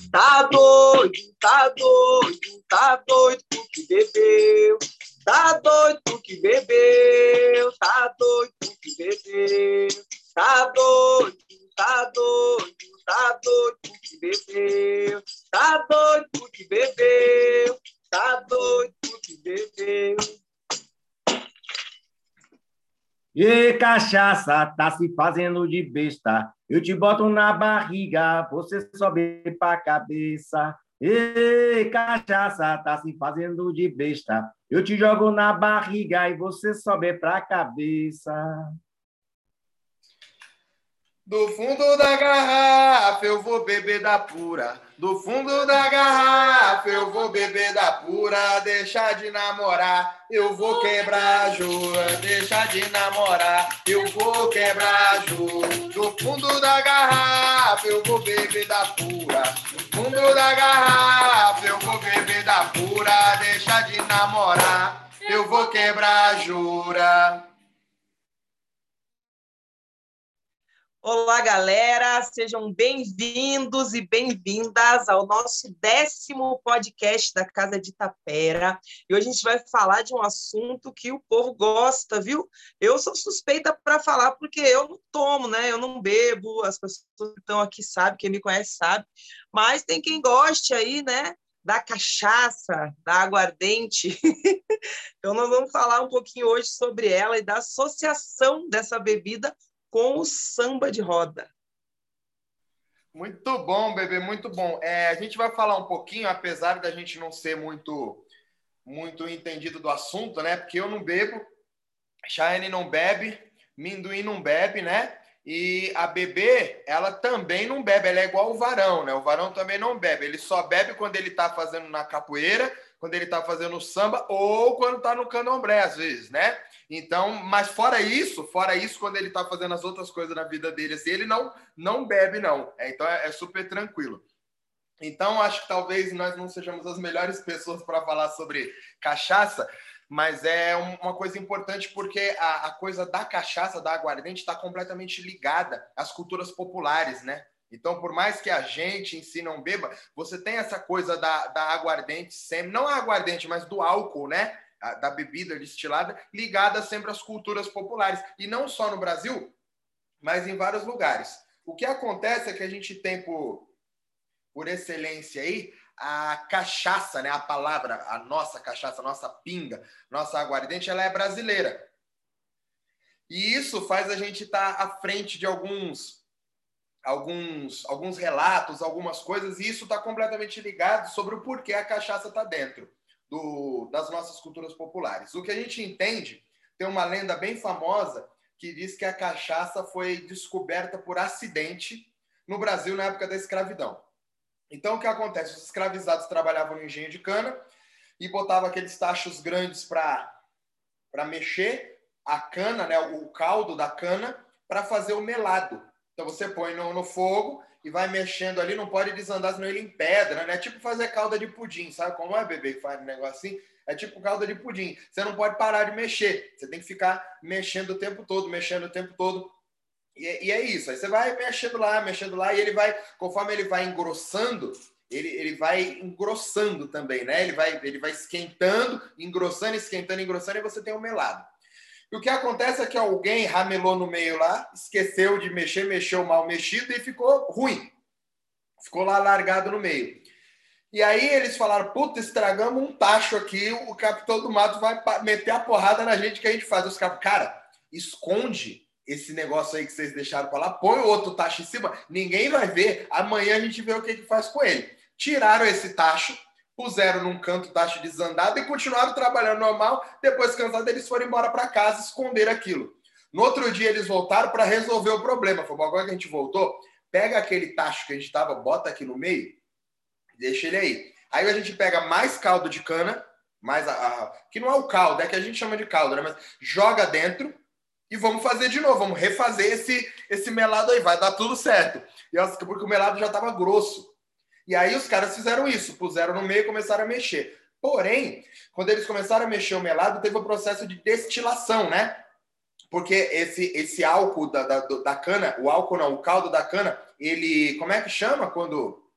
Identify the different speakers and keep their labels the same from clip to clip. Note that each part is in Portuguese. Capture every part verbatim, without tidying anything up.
Speaker 1: Tá doido, tá doido, tá doido porque bebeu. Tá doido porque bebeu. Tá doido porque bebeu. Tá doido, tá doido, tá doido porque bebeu. Tá doido porque bebeu. Tá doido porque bebeu.
Speaker 2: E cachaça, tá se fazendo de besta. Eu te boto na barriga, você sobe pra cabeça. E cachaça, tá se fazendo de besta. Eu te jogo na barriga e você sobe pra cabeça.
Speaker 3: Do fundo da garrafa eu vou beber da pura. Do fundo da garrafa eu vou beber da pura. Deixar de namorar, eu vou quebrar a jura. Deixar de namorar, eu vou quebrar a jura. Do fundo da garrafa eu vou beber da pura. Do fundo da garrafa eu vou beber da pura. Deixar de namorar, eu vou quebrar a jura.
Speaker 1: Olá, galera, sejam bem-vindos e bem-vindas ao nosso décimo podcast da Casa de Tapera. E hoje a gente vai falar de um assunto que o povo gosta, viu? Eu sou suspeita para falar porque eu não tomo, né? Eu não bebo, as pessoas que estão aqui sabem, quem me conhece sabe, mas tem quem goste aí, né? Da cachaça, da aguardente. Então, nós vamos falar um pouquinho hoje sobre ela e da associação dessa bebida com o samba de roda.
Speaker 3: Muito bom, bebê, muito bom. É, a gente vai falar um pouquinho, apesar da gente não ser muito, muito entendido do assunto, né? Porque eu não bebo, Chayane não bebe, Minduim não bebe, né? E a bebê, ela também não bebe, ela é igual o varão, né? O varão também não bebe, ele só bebe quando ele tá fazendo na capoeira, quando ele tá fazendo samba ou quando tá no candomblé, às vezes, né? Então, mas fora isso, fora isso, quando ele tá fazendo as outras coisas na vida dele, assim, ele não, não bebe, não. É, então é, é super tranquilo. Então, acho que talvez nós não sejamos as melhores pessoas para falar sobre cachaça, mas é uma coisa importante porque a, a coisa da cachaça, da aguardente, está completamente ligada às culturas populares, né? Então, por mais que a gente em si não beba, você tem essa coisa da, da aguardente sempre, não a aguardente, mas do álcool, né? A, da bebida destilada, ligada sempre às culturas populares. E não só no Brasil, mas em vários lugares. O que acontece é que a gente tem por, por excelência aí a cachaça, né? A palavra, a nossa cachaça, a nossa pinga, nossa aguardente, ela é brasileira. E isso faz a gente estar à frente de alguns, alguns, alguns relatos, algumas coisas, e isso está completamente ligado sobre o porquê a cachaça está dentro do, das nossas culturas populares. O que a gente entende, tem uma lenda bem famosa que diz que a cachaça foi descoberta por acidente no Brasil na época da escravidão. Então, o que acontece? Os escravizados trabalhavam no engenho de cana e botavam aqueles tachos grandes para mexer a cana, né, o caldo da cana, para fazer o melado. Então, você põe no, no fogo e vai mexendo ali, não pode desandar, senão ele empedra, né? É tipo fazer calda de pudim, sabe como é, bebê, que faz um negócio assim? É tipo calda de pudim. Você não pode parar de mexer, você tem que ficar mexendo o tempo todo, mexendo o tempo todo. E, e é isso, aí você vai mexendo lá, mexendo lá, e ele vai, conforme ele vai engrossando, ele, ele vai engrossando também, né? Ele vai, ele vai esquentando, engrossando, esquentando, engrossando, e você tem o melado. E o que acontece é que alguém ramelou no meio lá, esqueceu de mexer, mexeu mal mexido e ficou ruim. Ficou lá largado no meio. E aí eles falaram, puta, estragamos um tacho aqui, o capitão do mato vai meter a porrada na gente que a gente faz. Os caras, cara, esconde esse negócio aí que vocês deixaram para lá, põe o outro tacho em cima, ninguém vai ver, amanhã a gente vê o que, que faz com ele. Tiraram esse tacho, puseram num canto tacho desandado e continuaram trabalhando normal. Depois, cansados, eles foram embora para casa esconder aquilo. No outro dia, eles voltaram para resolver o problema. Falou, agora que a gente voltou, pega aquele tacho que a gente estava, bota aqui no meio, deixa ele aí. Aí a gente pega mais caldo de cana, mais a, a, que não é o caldo, é que a gente chama de caldo, né? Mas joga dentro e vamos fazer de novo, vamos refazer esse, esse melado aí, vai dar tudo certo. E eu, porque o melado já estava grosso. E aí os caras fizeram isso, puseram no meio e começaram a mexer. Porém, quando eles começaram a mexer o melado, teve o processo de destilação, né? Porque esse, esse álcool da, da, da cana, o álcool não, o caldo da cana, ele, como é que chama quando,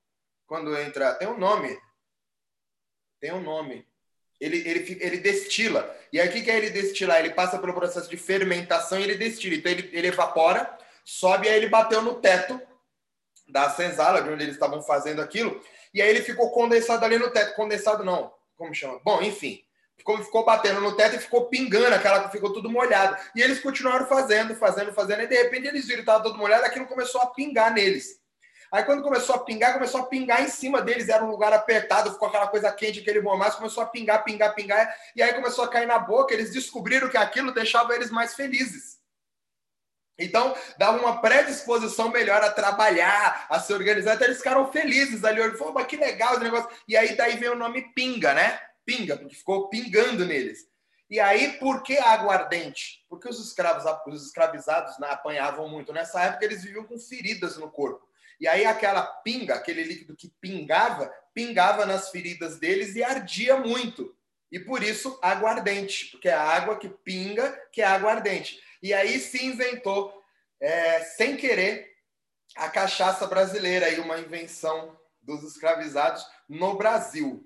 Speaker 3: quando entra... Tem um nome. Tem um nome. Ele, ele, ele destila. E aí, o que é ele destilar? Ele passa pelo processo de fermentação e ele destila. Então, ele, ele evapora, sobe, e aí ele bateu no teto da senzala, de onde eles estavam fazendo aquilo, e aí ele ficou condensado ali no teto. Condensado não, como chama? Bom, enfim. Ficou, ficou batendo no teto e ficou pingando, aquela que ficou tudo molhado. E eles continuaram fazendo, fazendo, fazendo, e de repente eles viram que estava tudo molhado, aquilo começou a pingar neles. Aí quando começou a pingar, começou a pingar em cima deles, era um lugar apertado, ficou aquela coisa quente, aquele mormaço, começou a pingar, pingar, pingar, e aí começou a cair na boca, eles descobriram que aquilo deixava eles mais felizes. Então, dava uma predisposição melhor a trabalhar, a se organizar, então eles ficaram felizes ali, falaram, mas que legal esse negócio. E aí daí veio o nome pinga, né? Pinga, porque ficou pingando neles. E aí, por que aguardente? Porque os escravos, os escravizados né, apanhavam muito. Nessa época, eles viviam com feridas no corpo. E aí aquela pinga, aquele líquido que pingava, pingava nas feridas deles e ardia muito. E por isso, aguardente, porque é a água que pinga, que é aguardente. E aí se inventou, é, sem querer, a cachaça brasileira, aí uma invenção dos escravizados no Brasil.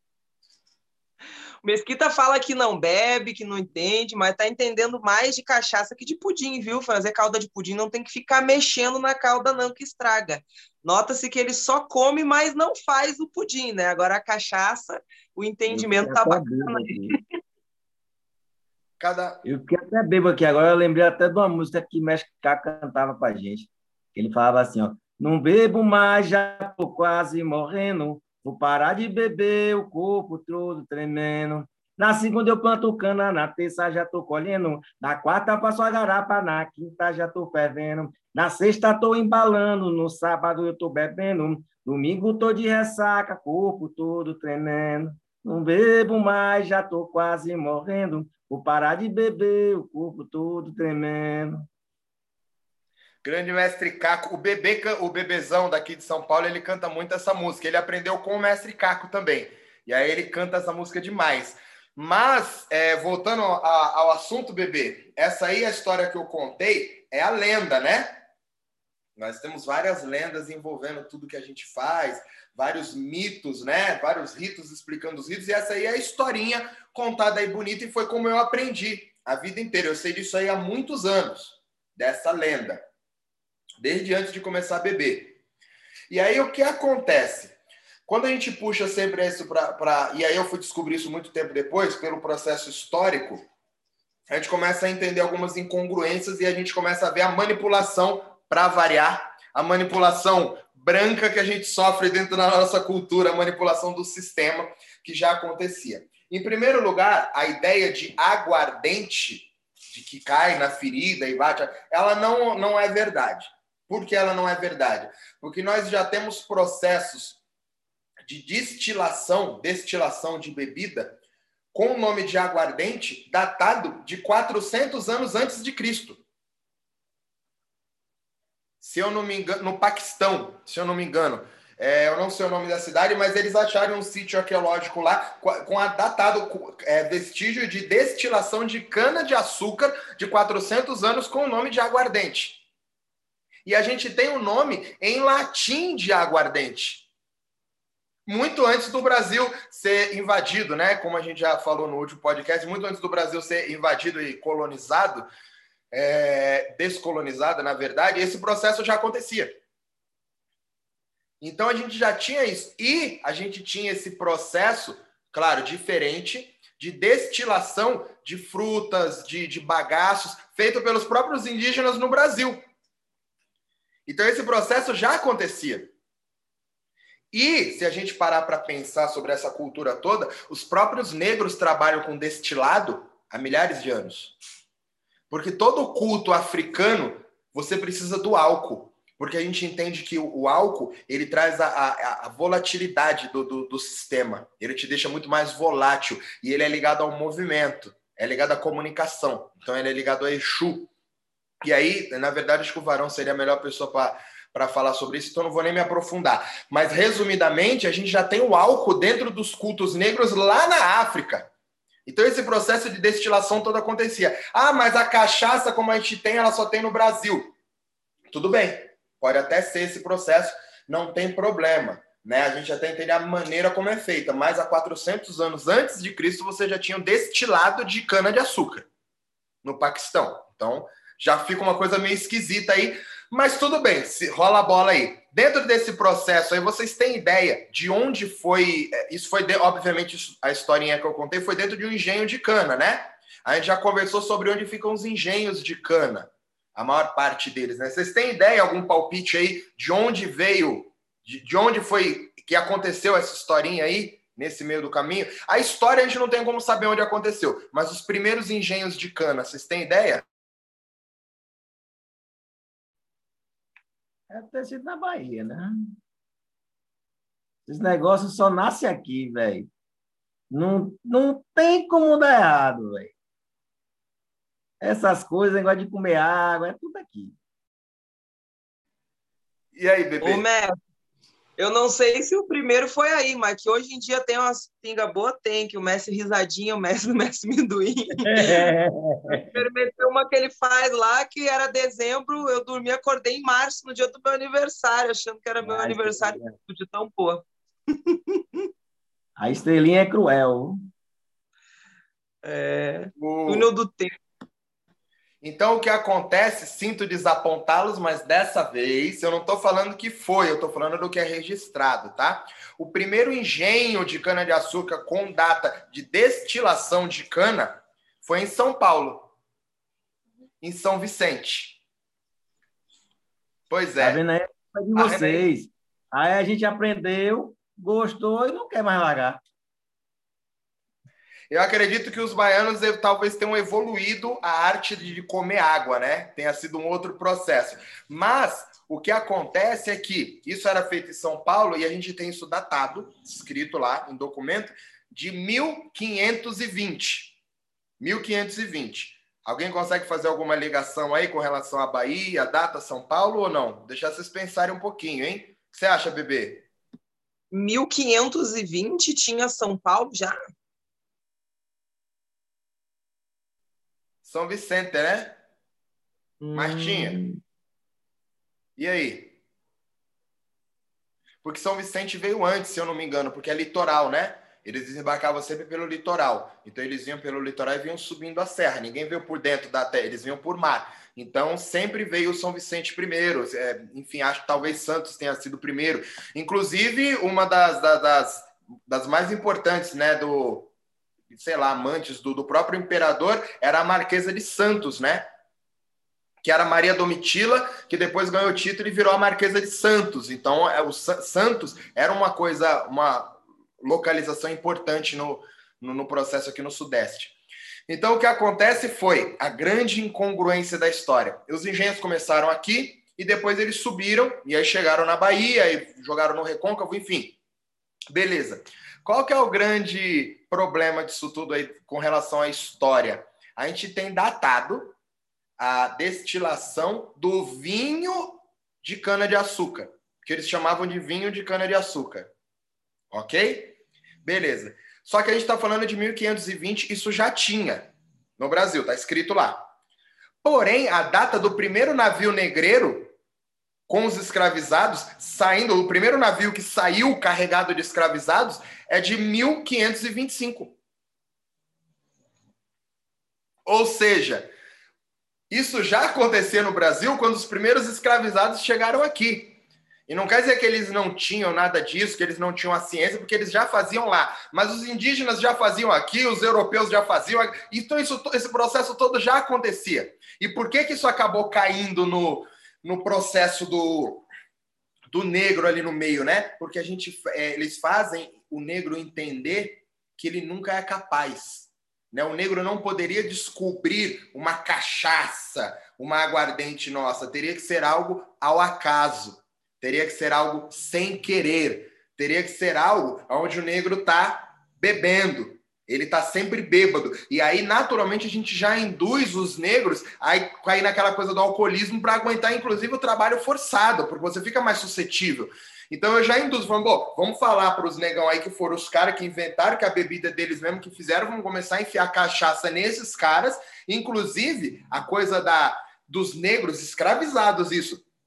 Speaker 1: O Mesquita fala que não bebe, que não entende, mas tá entendendo mais de cachaça que de pudim, viu? Fazer calda de pudim não tem que ficar mexendo na calda não, que estraga. Nota-se que ele só come, mas não faz o pudim, né? Agora a cachaça, o entendimento tá bacana.
Speaker 2: Cada... Eu fiquei até bêbado aqui agora, eu lembrei até de uma música que Mestre Caco cantava pra gente. Ele falava assim, ó, não bebo mais, já tô quase morrendo, vou parar de beber, o corpo todo tremendo. Na segunda eu planto cana, na terça já tô colhendo, na quarta passo a garapa, na quinta já tô fervendo, na sexta tô embalando, no sábado eu tô bebendo, domingo tô de ressaca, corpo todo tremendo. Não bebo mais, já tô quase morrendo, vou parar de beber, o corpo todo tremendo.
Speaker 3: Grande mestre Caco, o bebê, o bebezão daqui de São Paulo, ele canta muito essa música. Ele aprendeu com o mestre Caco também. E aí ele canta essa música demais. Mas, é, voltando a, ao assunto, bebê, essa aí, a história que eu contei, é a lenda, né? Nós temos várias lendas envolvendo tudo que a gente faz, vários mitos, né? Vários ritos explicando os ritos. E essa aí é a historinha contada aí bonita e foi como eu aprendi a vida inteira. Eu sei disso aí há muitos anos, dessa lenda. Desde antes de começar a beber. E aí, o que acontece? Quando a gente puxa sempre isso para... Pra... E aí eu fui descobrir isso muito tempo depois, pelo processo histórico, a gente começa a entender algumas incongruências e a gente começa a ver a manipulação, para variar, a manipulação branca que a gente sofre dentro da nossa cultura, a manipulação do sistema que já acontecia. Em primeiro lugar, a ideia de aguardente, de que cai na ferida e bate, ela não, não é verdade. Por que ela não é verdade? Porque nós já temos processos de destilação, destilação de bebida, com o nome de aguardente, datado de quatrocentos anos antes de Cristo. Se eu não me engano, no Paquistão, se eu não me engano, é, eu não sei o nome da cidade, mas eles acharam um sítio arqueológico lá com a datado é, vestígio de destilação de cana-de-açúcar de quatrocentos anos com o nome de aguardente. E a gente tem o um nome em latim de aguardente. Muito antes do Brasil ser invadido, né? Como a gente já falou no último podcast, muito antes do Brasil ser invadido e colonizado, é, descolonizado, na verdade, esse processo já acontecia. Então a gente já tinha isso. E a gente tinha esse processo, claro, diferente, de destilação de frutas, de, de bagaços, feito pelos próprios indígenas no Brasil. Então esse processo já acontecia. E, se a gente parar para pensar sobre essa cultura toda, os próprios negros trabalham com destilado há milhares de anos. Porque todo culto africano, você precisa do álcool. Porque a gente entende que o, o álcool, ele traz a, a, a volatilidade do, do, do sistema. Ele te deixa muito mais volátil. E ele é ligado ao movimento. É ligado à comunicação. Então, ele é ligado a Exu. E aí, na verdade, acho que o Varão seria a melhor pessoa para... para falar sobre isso, então não vou nem me aprofundar. Mas, resumidamente, a gente já tem o álcool dentro dos cultos negros lá na África. Então, esse processo de destilação todo acontecia. Ah, mas a cachaça, como a gente tem, ela só tem no Brasil. Tudo bem, pode até ser esse processo, não tem problema. né? A gente até entende a maneira como é feita, mas há quatrocentos anos antes de Cristo você já tinha um destilado de cana-de-açúcar no Paquistão. Então, já fica uma coisa meio esquisita aí, mas tudo bem, se rola a bola aí. Dentro desse processo aí, vocês têm ideia de onde foi... Isso foi, de, obviamente, a historinha que eu contei foi dentro de um engenho de cana, né? A gente já conversou sobre onde ficam os engenhos de cana, a maior parte deles, né? Vocês têm ideia, algum palpite aí de onde veio, de, de onde foi que aconteceu essa historinha aí, nesse meio do caminho? A história a gente não tem como saber onde aconteceu, mas os primeiros engenhos de cana, vocês têm ideia?
Speaker 2: É ter sido na Bahia, né? Esses negócios só nascem aqui, velho. Não, não tem como dar errado, velho. Essas coisas, negócio de comer água, é tudo aqui.
Speaker 3: E aí, bebê?
Speaker 1: Ô, Mestre, eu não sei se o primeiro foi aí, mas que hoje em dia tem umas pinga boa, tem, que o Mestre Risadinha, o Mestre do Mestre Minduim. Experimentei uma que ele faz lá, que era dezembro, eu dormi, acordei em março, no dia do meu aniversário, achando que era meu
Speaker 2: A
Speaker 1: aniversário
Speaker 2: estrelinha,
Speaker 1: de tão boa.
Speaker 2: a estrelinha é cruel.
Speaker 1: É...
Speaker 3: O...
Speaker 1: Túnel do tempo.
Speaker 3: Então, o que acontece, sinto desapontá-los, mas dessa vez eu não estou falando que foi, eu estou falando do que é registrado, tá? O primeiro engenho de cana-de-açúcar com data de destilação de cana foi em São Paulo, em São Vicente. Pois
Speaker 2: Tá
Speaker 3: é.
Speaker 2: vendo aí? É de vocês. Aí a gente aprendeu, gostou e não quer mais largar.
Speaker 3: Eu acredito que os baianos talvez tenham evoluído a arte de comer água, né? Tenha sido um outro processo. Mas o que acontece é que isso era feito em São Paulo e a gente tem isso datado, escrito lá em documento, de mil quinhentos e vinte. mil quinhentos e vinte. Alguém consegue fazer alguma ligação aí com relação à Bahia, a data São Paulo ou não? Deixar vocês pensarem um pouquinho, hein? O que você acha, bebê?
Speaker 1: mil quinhentos e vinte tinha São Paulo já?
Speaker 3: São Vicente, né?
Speaker 1: Hum...
Speaker 3: Martinha. E aí? Porque São Vicente veio antes, se eu não me engano, porque é litoral, né? Eles desembarcavam sempre pelo litoral. Então eles iam pelo litoral e vinham subindo a serra. Ninguém veio por dentro da terra, eles vinham por mar. Então sempre veio São Vicente primeiro. É, enfim, acho que talvez Santos tenha sido primeiro. Inclusive, uma das, das, das mais importantes, né, do, sei lá, amantes do, do próprio imperador, era a Marquesa de Santos, né? Que era Maria Domitila, que depois ganhou o título e virou a Marquesa de Santos. Então, é, o Santos era uma coisa, uma localização importante no, no, no processo aqui no Sudeste. Então, o que acontece foi a grande incongruência da história. Os engenhos começaram aqui e depois eles subiram e aí chegaram na Bahia e jogaram no Recôncavo, enfim. Beleza. Qual que é o grande problema disso tudo aí com relação à história? A gente tem datado a destilação do vinho de cana-de-açúcar, que eles chamavam de vinho de cana-de-açúcar. Ok? Beleza. Só que a gente está falando de mil quinhentos e vinte, isso já tinha no Brasil, está escrito lá. Porém, a data do primeiro navio negreiro com os escravizados, saindo, o primeiro navio que saiu carregado de escravizados é de mil quinhentos e vinte e cinco. Ou seja, isso já acontecia no Brasil quando os primeiros escravizados chegaram aqui. E não quer dizer que eles não tinham nada disso, que eles não tinham a ciência, porque eles já faziam lá. Mas os indígenas já faziam aqui, os europeus já faziam aqui. Então isso, esse processo todo já acontecia. E por que que isso acabou caindo no, no processo do, do negro ali no meio, né? Porque a gente, é, eles fazem o negro entender que ele nunca é capaz. Né? O negro não poderia descobrir uma cachaça, uma aguardente nossa. Teria que ser algo ao acaso. Teria que ser algo sem querer. Teria que ser algo onde o negro está bebendo. Ele está sempre bêbado. E aí, naturalmente, a gente já induz os negros a cair naquela coisa do alcoolismo para aguentar, inclusive, o trabalho forçado, porque você fica mais suscetível. Então, eu já induzo, falando, bom, vamos falar para os negão aí que foram os caras que inventaram, que a bebida deles mesmo que fizeram, vamos começar a enfiar cachaça nesses caras, inclusive, a coisa da, dos negros escravizados, isso.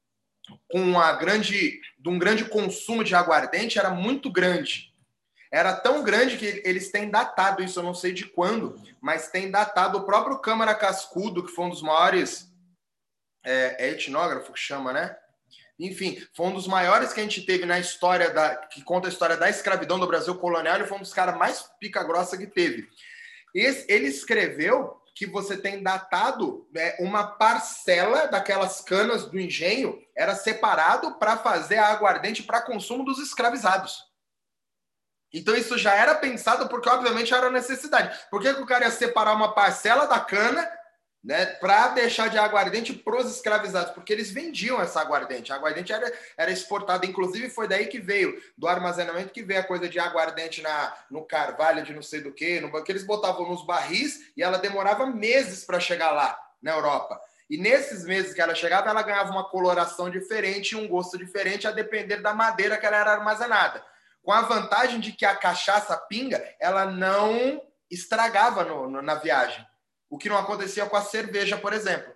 Speaker 3: com uma grande, de um grande consumo de aguardente era muito grande. Era tão grande que eles têm datado isso, eu não sei de quando, mas tem datado o próprio Câmara Cascudo, que foi um dos maiores é, é etnógrafo que chama, né? Enfim, foi um dos maiores que a gente teve na história, da, que conta a história da escravidão do Brasil colonial, e foi um dos caras mais pica-grossa que teve. Esse, ele escreveu que você tem datado né, uma parcela daquelas canas do engenho, era separado para fazer a aguardente para consumo dos escravizados. Então isso já era pensado porque, obviamente, era necessidade. Por que, que o cara ia separar uma parcela da cana né, para deixar de aguardente para os escravizados? Porque eles vendiam essa aguardente. A aguardente era, era exportada. Inclusive, foi daí que veio, do armazenamento, que veio a coisa de aguardente na, no carvalho de não sei do quê, no, que eles botavam nos barris e ela demorava meses para chegar lá, na Europa. E nesses meses que ela chegava, ela ganhava uma coloração diferente e um gosto diferente, a depender da madeira que ela era armazenada. Com a vantagem de que a cachaça pinga, ela não estragava no, no, na viagem. O que não acontecia com a cerveja, por exemplo.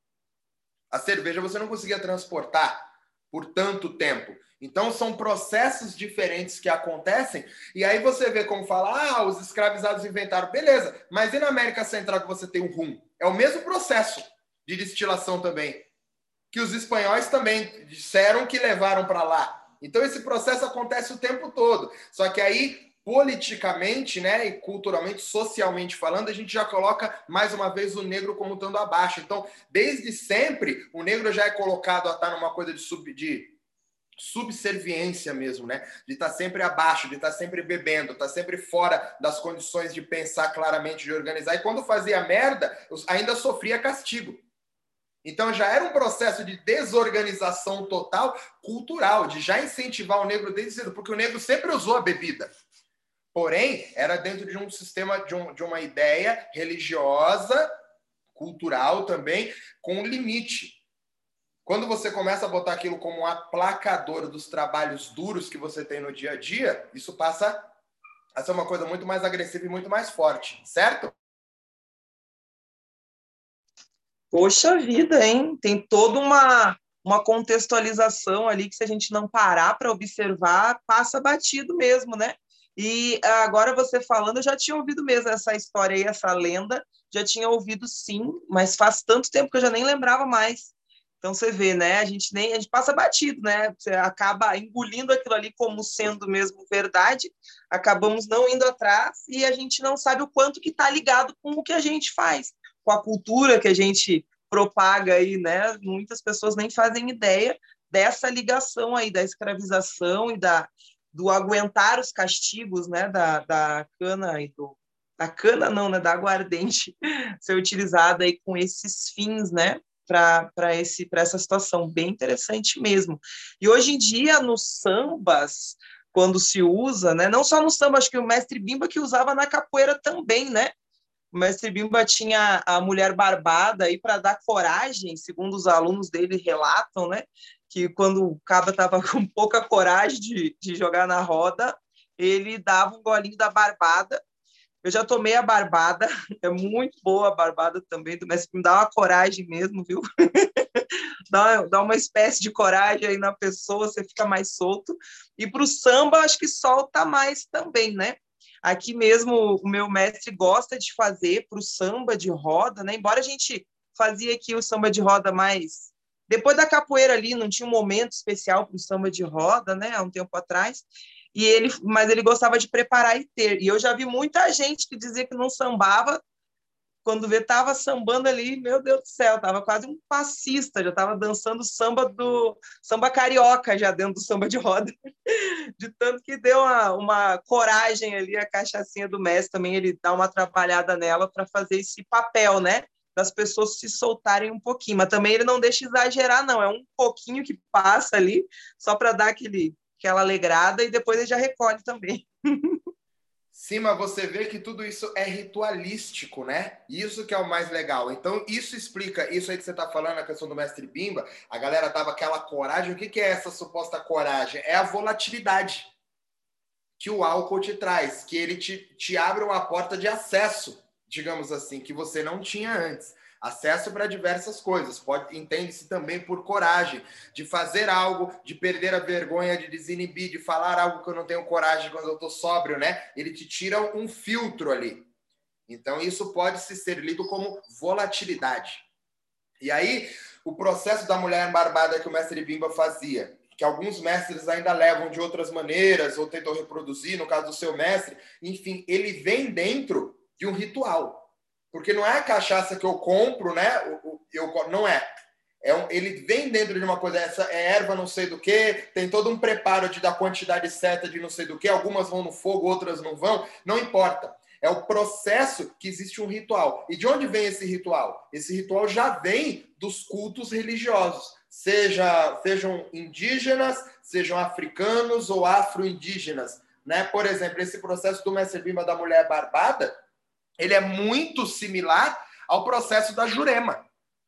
Speaker 3: A cerveja você não conseguia transportar por tanto tempo. Então, são processos diferentes que acontecem. E aí você vê como fala, ah, os escravizados inventaram. Beleza, mas e na América Central que você tem o rum? É o mesmo processo de destilação também. Que os espanhóis também disseram que levaram para lá. Então, esse processo acontece o tempo todo. Só que aí, politicamente, né, e culturalmente, socialmente falando, a gente já coloca, mais uma vez, o negro como estando abaixo. Então, desde sempre, o negro já é colocado a estar numa coisa de, sub, de subserviência mesmo, né? De estar sempre abaixo, de estar sempre bebendo, estar sempre fora das condições de pensar claramente, de organizar. E quando fazia merda, ainda sofria castigo. Então já era um processo de desorganização total cultural, de já incentivar o negro desde cedo, porque o negro sempre usou a bebida. Porém, era dentro de um sistema, de, um, de uma ideia religiosa, cultural também, com limite. Quando você começa a botar aquilo como um aplacador dos trabalhos duros que você tem no dia a dia, isso passa a ser uma coisa muito mais agressiva e muito mais forte, certo?
Speaker 1: Poxa vida, hein? Tem toda uma, uma contextualização ali que, se a gente não parar para observar, passa batido mesmo, né? E agora você falando, eu já tinha ouvido mesmo essa história aí, essa lenda, já tinha ouvido sim, mas faz tanto tempo que eu já nem lembrava mais. Então você vê, né? A gente nem a gente passa batido, né? Você acaba engolindo aquilo ali como sendo mesmo verdade, acabamos não indo atrás e a gente não sabe o quanto que está ligado com o que a gente faz, com a cultura que a gente propaga aí, né? Muitas pessoas nem fazem ideia dessa ligação aí da escravização e da, do aguentar os castigos, né? Da, da cana e do da cana não, né? Da aguardente ser utilizada aí com esses fins, né? Para esse para essa situação bem interessante mesmo. E hoje em dia nos sambas, quando se usa, né? Não só no samba, acho que o mestre Bimba que usava na capoeira também, né? O mestre Bimba tinha a mulher barbada aí para dar coragem, segundo os alunos dele relatam, né? Que quando o cabra estava com pouca coragem de, de jogar na roda, ele dava um golinho da barbada. Eu já tomei a barbada, é muito boa a barbada também do mestre Bimba, dá uma coragem mesmo, viu? dá, dá uma espécie de coragem aí na pessoa, você fica mais solto. E para o samba, acho que solta mais também, né? Aqui mesmo o meu mestre gosta de fazer para o samba de roda, né? Embora a gente fazia aqui o samba de roda mais... Depois da capoeira ali, não tinha um momento especial para o samba de roda, né? Há um tempo atrás. E ele, mas ele gostava de preparar e ter. E eu já vi muita gente que dizia que não sambava, quando vê, estava sambando ali, meu Deus do céu, estava quase um passista, já estava dançando samba do samba carioca já dentro do samba de roda, de tanto que deu uma, uma coragem ali, a cachaçinha do mestre também, ele dá uma trabalhada nela para fazer esse papel, né, das pessoas se soltarem um pouquinho, mas também ele não deixa exagerar, não, é um pouquinho que passa ali, só para dar aquele, aquela alegrada, e depois ele já recolhe também.
Speaker 3: Sim, mas você vê que tudo isso é ritualístico, né? Isso que é o mais legal. Então, isso explica, isso aí que você está falando, a questão do mestre Bimba, a galera dava aquela coragem. O que, que é essa suposta coragem? É a volatilidade que o álcool te traz, que ele te, te abre uma porta de acesso, digamos assim, que você não tinha antes. Acesso para diversas coisas. Pode, entende-se também por coragem, de fazer algo, de perder a vergonha, de desinibir, de falar algo que eu não tenho coragem quando eu estou sóbrio, né? Ele te tira um filtro ali. Então, isso pode se ser lido como volatilidade. E aí, o processo da mulher barbada que o mestre Bimba fazia, que alguns mestres ainda levam de outras maneiras, ou tentam reproduzir, no caso do seu mestre, enfim, ele vem dentro de um ritual. Porque não é a cachaça que eu compro, né? Eu, não é. é um, ele vem dentro de uma coisa, essa é erva não sei do que, tem todo um preparo de dar quantidade certa de não sei do que, algumas vão no fogo, outras não vão, não importa. É o processo que existe um ritual. E de onde vem esse ritual? Esse ritual já vem dos cultos religiosos, seja, sejam indígenas, sejam africanos ou afro-indígenas. Né? Por exemplo, esse processo do mestre Bimba da mulher barbada, ele é muito similar ao processo da Jurema.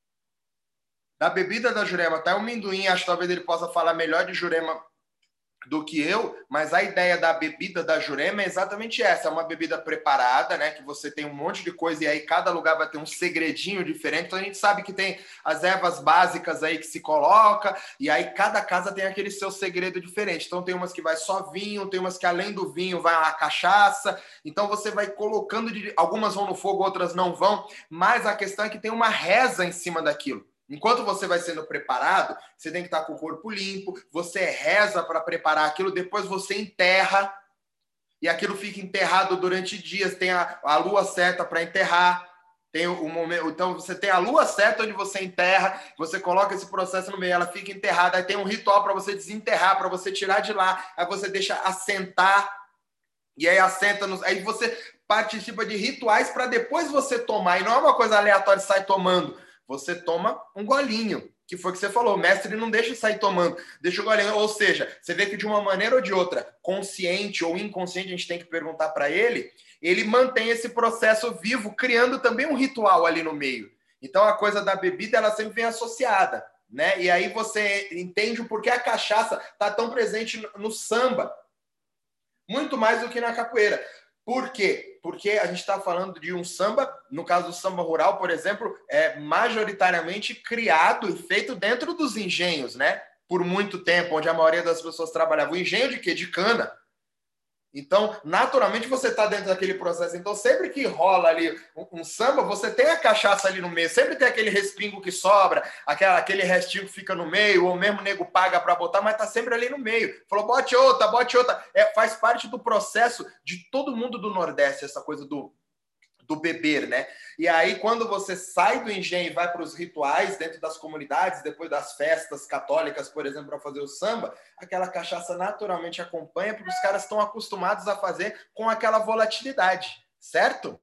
Speaker 3: Da bebida da Jurema. Até o Minduim, acho que talvez ele possa falar melhor de Jurema do que eu, mas a ideia da bebida da Jurema é exatamente essa. É uma bebida preparada, né? Que você tem um monte de coisa e aí cada lugar vai ter um segredinho diferente. Então a gente sabe que tem as ervas básicas aí que se coloca e aí cada casa tem aquele seu segredo diferente. Então tem umas que vai só vinho, tem umas que além do vinho vai a cachaça. Então você vai colocando, de... algumas vão no fogo, outras não vão, mas a questão é que tem uma reza em cima daquilo. Enquanto você vai sendo preparado, você tem que estar com o corpo limpo, você reza para preparar aquilo, depois você enterra, e aquilo fica enterrado durante dias, tem a, a lua certa para enterrar, tem o, o momento, então você tem a lua certa onde você enterra, você coloca esse processo no meio, ela fica enterrada, aí tem um ritual para você desenterrar, para você tirar de lá, aí você deixa assentar, e aí assenta, nos, aí você participa de rituais para depois você tomar, e não é uma coisa aleatória, sai tomando. Você toma um golinho, que foi o que você falou, o mestre não deixa sair tomando, deixa o golinho, ou seja, você vê que de uma maneira ou de outra, consciente ou inconsciente, a gente tem que perguntar para ele, ele mantém esse processo vivo, criando também um ritual ali no meio. Então a coisa da bebida, ela sempre vem associada, né? E aí você entende o porquê a cachaça está tão presente no samba, muito mais do que na capoeira. Por quê? Porque a gente está falando de um samba, no caso do samba rural, por exemplo, é majoritariamente criado e feito dentro dos engenhos, né? Por muito tempo, onde a maioria das pessoas trabalhava. O engenho de quê? De cana. Então, naturalmente, você está dentro daquele processo. Então, sempre que rola ali um, um samba, você tem a cachaça ali no meio. Sempre tem aquele respingo que sobra, aquela, aquele restinho que fica no meio, ou mesmo o nego paga para botar, mas está sempre ali no meio. Falou, bote outra, bote outra. É, faz parte do processo de todo mundo do Nordeste, essa coisa do, do beber, né? E aí, quando você sai do engenho e vai para os rituais dentro das comunidades, depois das festas católicas, por exemplo, para fazer o samba, aquela cachaça naturalmente acompanha, porque os caras estão acostumados a fazer com aquela volatilidade, certo?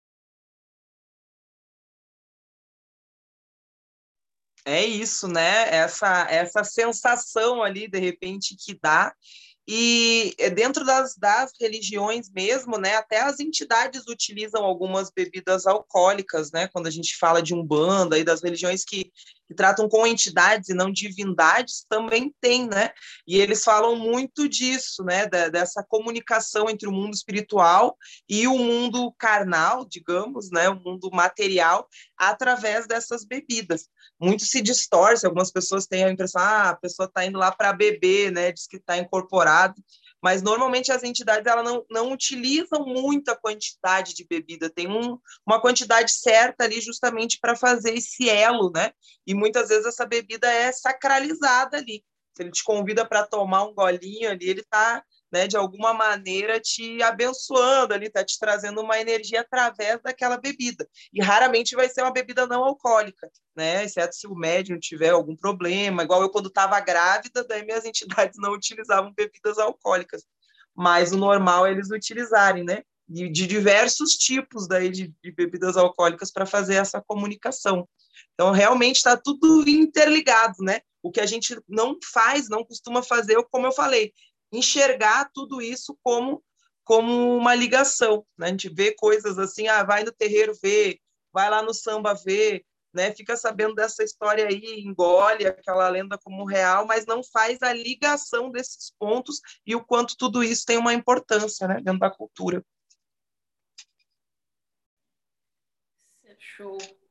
Speaker 1: É isso, né? Essa, essa sensação ali, de repente, que dá. E dentro das, das religiões mesmo, né, até as entidades utilizam algumas bebidas alcoólicas, né, quando a gente fala de Umbanda e das religiões que, que tratam com entidades e não divindades, também tem, né, e eles falam muito disso, né, da, dessa comunicação entre o mundo espiritual e o mundo carnal, digamos, né, o mundo material, através dessas bebidas. Muito se distorce, algumas pessoas têm a impressão, ah, a pessoa está indo lá para beber, né, diz que está incorporado, mas normalmente as entidades elas não, não utilizam muita quantidade de bebida, tem um, uma quantidade certa ali justamente para fazer esse elo, né? E muitas vezes essa bebida é sacralizada ali. Se ele te convida para tomar um golinho ali, ele está, né, de alguma maneira te abençoando ali, está te trazendo uma energia através daquela bebida. E raramente vai ser uma bebida não alcoólica, né? Exceto se o médium tiver algum problema, igual eu quando estava grávida, daí minhas entidades não utilizavam bebidas alcoólicas, mas o normal é eles utilizarem, né? De, de diversos tipos daí de, de bebidas alcoólicas para fazer essa comunicação. Então, realmente está tudo interligado, né? O que a gente não faz, não costuma fazer, como eu falei, enxergar tudo isso como, como uma ligação, né? A gente vê coisas assim, ah, vai no terreiro ver, vai lá no samba ver, né? Fica sabendo dessa história aí, engole aquela lenda como real, mas não faz a ligação desses pontos e o quanto tudo isso tem uma importância, né, dentro da cultura.
Speaker 4: Show.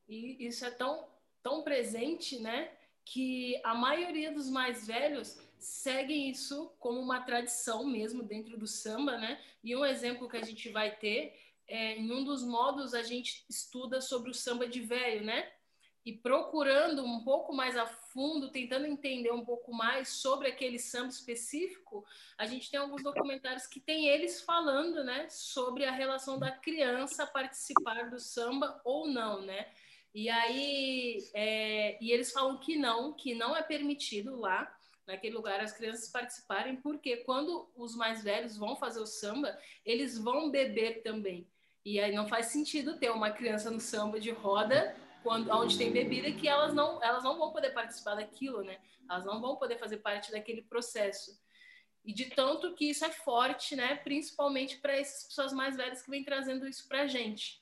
Speaker 4: E isso é tão, tão presente, né, que a maioria dos mais velhos seguem isso como uma tradição mesmo dentro do samba, né? E um exemplo que a gente vai ter é, em um dos modos a gente estuda sobre o samba de velho, né? E procurando um pouco mais a fundo, tentando entender um pouco mais sobre aquele samba específico, a gente tem alguns documentários que tem eles falando, né, sobre a relação da criança participar do samba ou não, né? E aí, é, e eles falam que não, que não é permitido lá, naquele lugar, as crianças participarem, porque quando os mais velhos vão fazer o samba, eles vão beber também. E aí não faz sentido ter uma criança no samba de roda quando, onde tem bebida, que elas não, elas não vão poder participar daquilo, né? Elas não vão poder fazer parte daquele processo. E de tanto que isso é forte, né? Principalmente para essas pessoas mais velhas que vêm trazendo isso para a gente.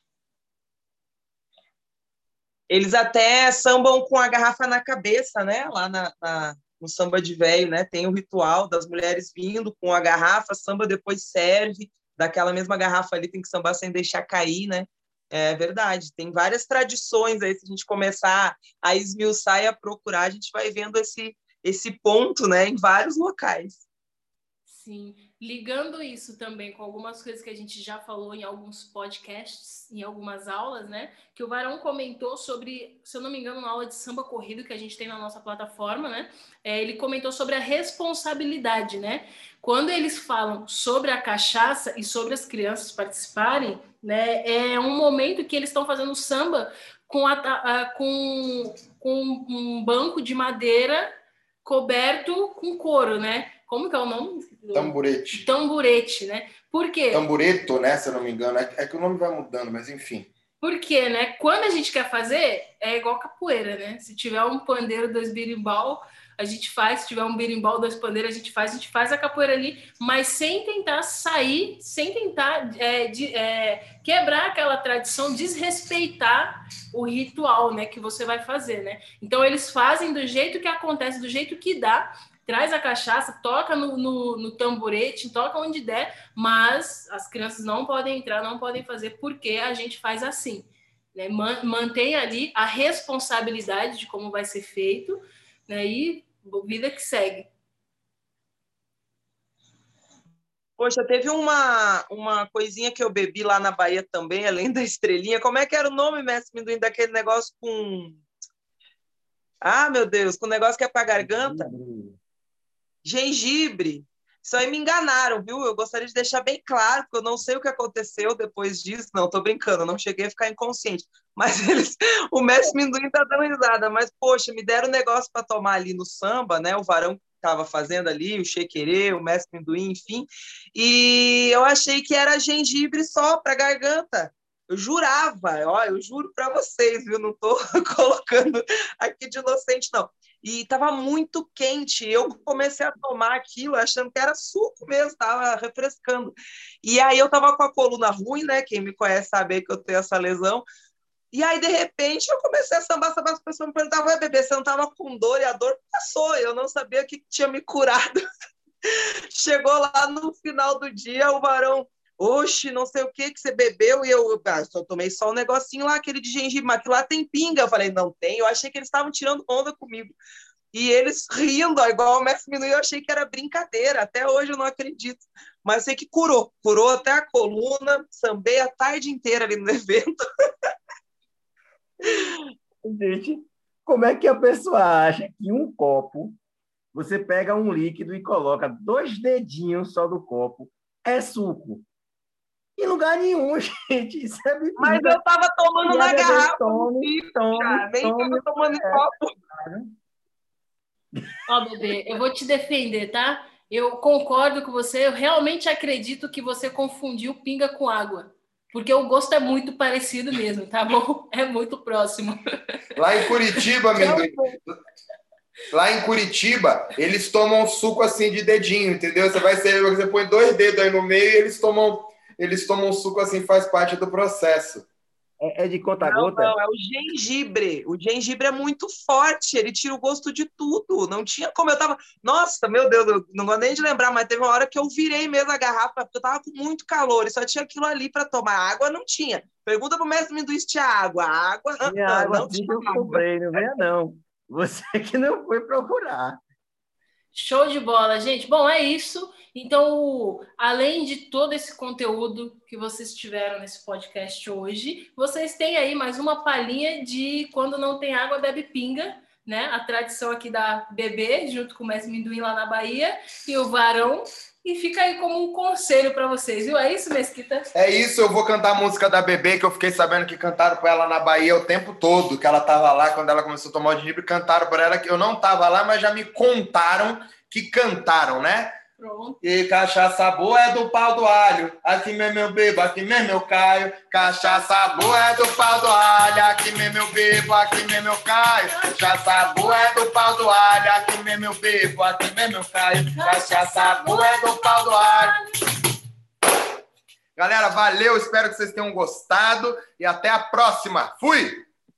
Speaker 1: Eles até sambam com a garrafa na cabeça, né? Lá na, na, no samba de velho, né? Tem o ritual das mulheres vindo com a garrafa, samba depois serve, daquela mesma garrafa ali tem que sambar sem deixar cair, né? É verdade, tem várias tradições aí, se a gente começar a esmiuçar e a procurar, a gente vai vendo esse, esse ponto, né, em vários locais.
Speaker 4: Sim, ligando isso também com algumas coisas que a gente já falou em alguns podcasts, em algumas aulas, né? Que o Varão comentou sobre, se eu não me engano, na aula de samba corrido que a gente tem na nossa plataforma, né? É, ele comentou sobre a responsabilidade, né? Quando eles falam sobre a cachaça e sobre as crianças participarem, né? É um momento que eles estão fazendo samba com, a, a, com, com um banco de madeira coberto com couro, né? Como que é o nome?
Speaker 3: Tamburete.
Speaker 4: Tamburete, né? Por quê?
Speaker 3: Tambureto, né? Se eu não me engano. É que o nome vai mudando, mas enfim.
Speaker 4: Porque, né? Quando a gente quer fazer, é igual capoeira, né? Se tiver um pandeiro, dois birimbau, a gente faz. Se tiver um birimbau, dois pandeiros, a gente faz. A gente faz a capoeira ali, mas sem tentar sair, sem tentar é, de, é, quebrar aquela tradição, desrespeitar o ritual, né? Que você vai fazer, né? Então, eles fazem do jeito que acontece, do jeito que dá. Traz a cachaça, toca no, no, no tamborete, toca onde der, mas as crianças não podem entrar, não podem fazer, porque a gente faz assim, né? Mantém ali a responsabilidade de como vai ser feito, né? E vida que segue.
Speaker 1: Poxa, teve uma, uma coisinha que eu bebi lá na Bahia também, além da estrelinha. Como é que era o nome, mestre Minduim, daquele negócio com... Ah, meu Deus, com o negócio que é para garganta? Gengibre. Isso aí me enganaram, viu? Eu gostaria de deixar bem claro, porque eu não sei o que aconteceu depois disso. Não, tô brincando, eu não cheguei a ficar inconsciente. Mas eles, o mestre Minduim tá dando risada. Mas, poxa, me deram um negócio para tomar ali no samba, né? O Varão estava fazendo ali, o Chequerê, o mestre Minduim, enfim. E eu achei que era gengibre só para garganta. Eu jurava, ó, eu juro para vocês, viu? Não tô colocando aqui de inocente, não. E estava muito quente. Eu comecei a tomar aquilo achando que era suco mesmo, estava refrescando. E aí eu estava com a coluna ruim, né? Quem me conhece sabe que eu tenho essa lesão. E aí, de repente, eu comecei a sambar, sambar, as pessoas me perguntavam, vai beber, você não estava com dor? E a dor passou, eu não sabia o que tinha me curado. Chegou lá no final do dia, o Varão, oxe, não sei o que que você bebeu, e eu ah, só tomei só um negocinho lá, aquele de gengibre, mas aquilo lá tem pinga. Eu falei, não tem, eu achei que eles estavam tirando onda comigo. E eles rindo, ó, igual o mestre Minduim, eu achei que era brincadeira, até hoje eu não acredito. Mas sei que curou, curou até a coluna, sambei a tarde inteira ali no evento.
Speaker 2: Gente, como é que a pessoa acha que um copo, você pega um líquido e coloca dois dedinhos só do copo, é suco? Em lugar nenhum, gente. Isso é bebida.
Speaker 1: Mas eu estava tomando na garrafa.
Speaker 2: Tome, tome,
Speaker 1: nem
Speaker 2: tome.
Speaker 1: tomando em copo.
Speaker 4: Ó, bebê, eu vou te defender, tá? Eu concordo com você. Eu realmente acredito que você confundiu pinga com água. Porque o gosto é muito parecido mesmo, tá bom? É muito próximo.
Speaker 3: Lá em Curitiba, Minduim, lá em Curitiba, eles tomam suco assim de dedinho, entendeu? Você vai ser, você põe dois dedos aí no meio e eles tomam, eles tomam suco assim, faz parte do processo.
Speaker 2: É, é de
Speaker 1: Não,
Speaker 2: conta-gota?
Speaker 1: não, é o gengibre. O gengibre é muito forte, ele tira o gosto de tudo. Não tinha como. Eu tava. Nossa, meu Deus, eu não gosto nem de lembrar, mas teve uma hora que eu virei mesmo a garrafa, porque eu tava com muito calor e só tinha aquilo ali para tomar. Água não tinha. Pergunta pro mestre amendoim se tinha água. Água,
Speaker 2: Minha
Speaker 1: ah,
Speaker 2: água
Speaker 1: não
Speaker 2: assim
Speaker 1: tinha
Speaker 2: que eu
Speaker 1: água.
Speaker 2: comprei, não venha não. Você que não foi procurar.
Speaker 4: Show de bola, gente. Bom, é isso. Então, além de todo esse conteúdo que vocês tiveram nesse podcast hoje, vocês têm aí mais uma palhinha de quando não tem água, bebe pinga, né? A tradição aqui da Bebê, junto com o Mestre Minduim lá na Bahia, e o Varão. E fica aí como um conselho para vocês, viu? É isso, Mesquita?
Speaker 3: É isso, eu vou cantar a música da Bebê, que eu fiquei sabendo que cantaram pra ela na Bahia o tempo todo, que ela tava lá, quando ela começou a tomar o gengibre, cantaram pra ela, que eu não tava lá, mas já me contaram que cantaram, né?
Speaker 4: Pronto.
Speaker 3: E cachaça boa é do pau do alho, aqui mesmo eu bebo, aqui mesmo eu caio. Cachaça boa é do pau do alho, aqui mesmo eu bebo, aqui mesmo eu caio. Cachaça boa é do pau do alho, aqui mesmo eu bebo, aqui mesmo eu caio. Cachaça boa é do pau do alho. Galera, valeu, espero que vocês tenham gostado e até a próxima. Fui!